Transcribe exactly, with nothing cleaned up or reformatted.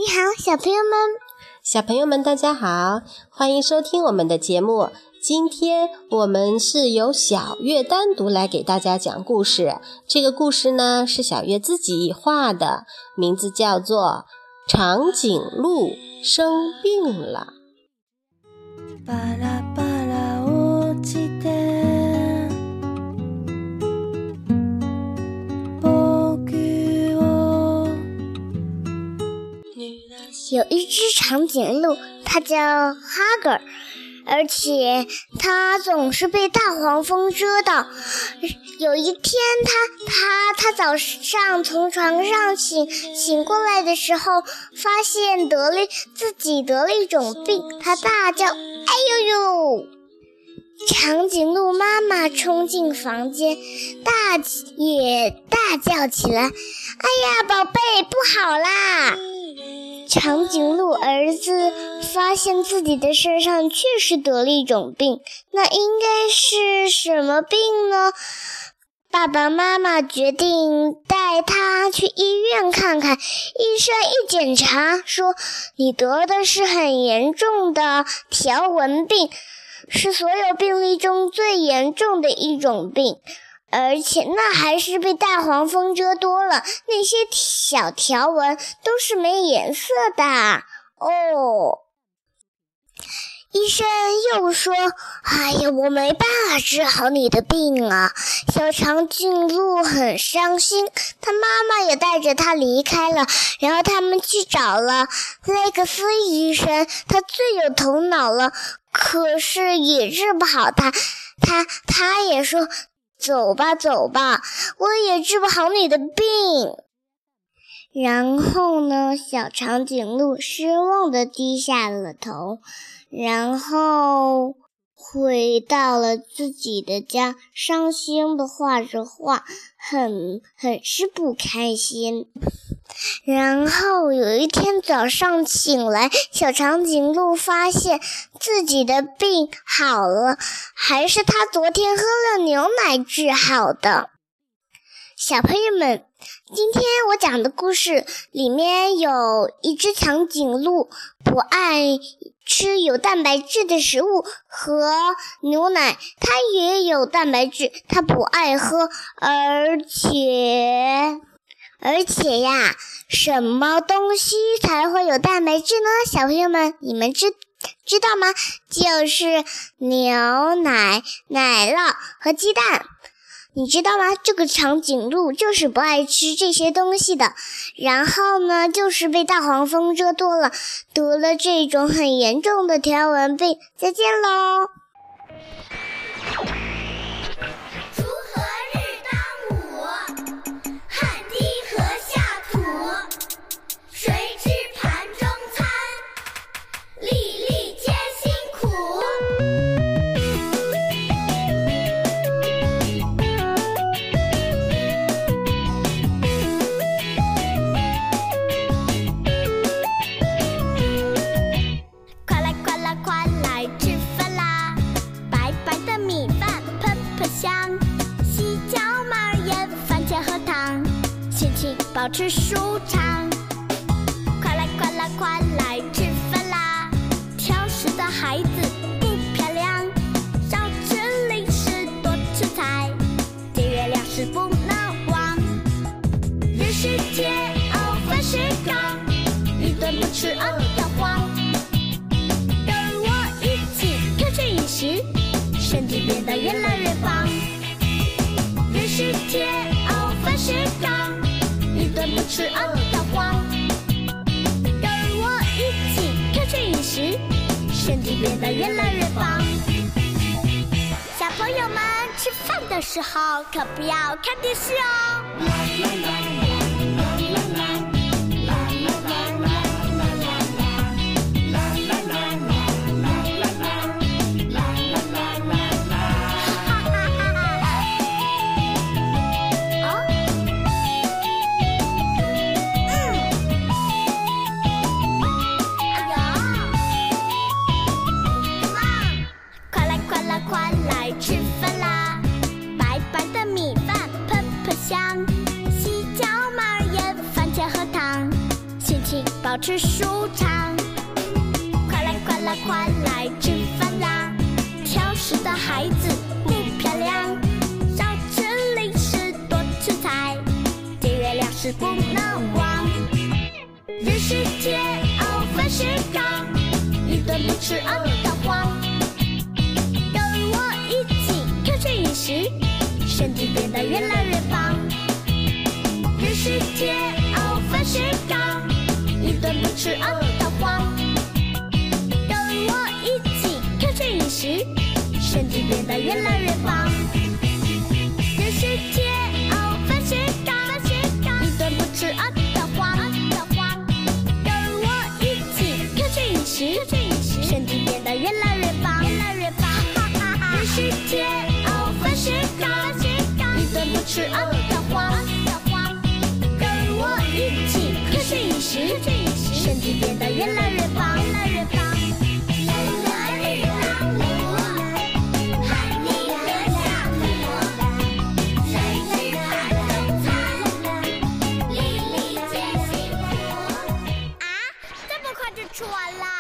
好，小朋友们。 小朋友们大家好，欢迎收听我们的节目。今天我们是由小月单独来给大家讲故事，这个故事呢是小月自己画的，名字叫做长颈鹿生病了。 巴拉巴拉落ちて僕を有一只长颈鹿，它叫哈格尔，而且它总是被大黄蜂蛰到。有一天它它它早上从床上醒醒过来的时候，发现得了自己得了一种病，它大叫：“哎呦呦！”长颈鹿妈妈冲进房间，大也大叫起来：“哎呀，宝贝，不好啦！”长颈鹿儿子发现自己的身上确实得了一种病，那应该是什么病呢？爸爸妈妈决定带他去医院看看。医生一检查说，你得的是很严重的条纹病，是所有病例中最严重的一种病，而且那还是被大黄蜂蛰多了，那些小条纹都是没颜色的哦。医生又说，哎呀，我没办法治好你的病啊。小长颈鹿很伤心，他妈妈也带着他离开了，然后他们去找了雷克斯医生，他最有头脑了，可是也治不好他，他他也说，走吧走吧，我也治不好你的病。然后呢，小长颈鹿失望地低下了头，然后回到了自己的家，伤心地画着画，很很是不开心。然后有一天早上醒来，小长颈鹿发现自己的病好了，还是他昨天喝了牛奶治好的。小朋友们，今天我讲的故事里面有一只长颈鹿不爱吃有蛋白质的食物和牛奶，它也有蛋白质，它不爱喝，而且而且呀，什么东西才会有蛋白质呢？小朋友们，你们知知道吗？就是牛奶、奶酪和鸡蛋。你知道吗？这个长颈鹿就是不爱吃这些东西的，然后呢，就是被大黄蜂蛰多了，得了这种很严重的条纹病。再见喽！ 锄禾日当午，汗滴禾下土，谁知盘中餐，粒粒皆辛苦。保持舒畅，快来快来快来吃饭啦！挑食的孩子不漂亮，少吃零食多吃菜，节约粮食不能忘。人世间哦凡事刚，一顿不吃饿得慌。跟我一起调整饮食，身体变得越来越棒。人世间哦凡事刚，一顿不吃饿得慌，跟我一起调整饮食，身体变得越来越棒。小朋友们吃饭的时候可不要看电视哦。啦啦啦啦啦啦吃饭啦，白白的米饭喷喷香，西保持舒畅。快来快来快来吃饭啦！挑食的孩子不漂亮，少吃零食多吃菜，节约粮食不能忘。日式铁熬饭是钢，一顿不吃饿得慌。跟我一起科学饮食，身体变得越来越棒。日式铁熬饭是钢，一顿不吃饿得慌。跟我一起科学饮食，身体变得越来越棒。日式铁熬饭是钢，一顿不吃饿得慌。跟我一起科学饮食，身体变得越来越棒。日式铁熬饭是钢，一顿不吃饿得慌。跟我一起科学饮食，身体变得越来越棒。啊，这么快就吃完啦？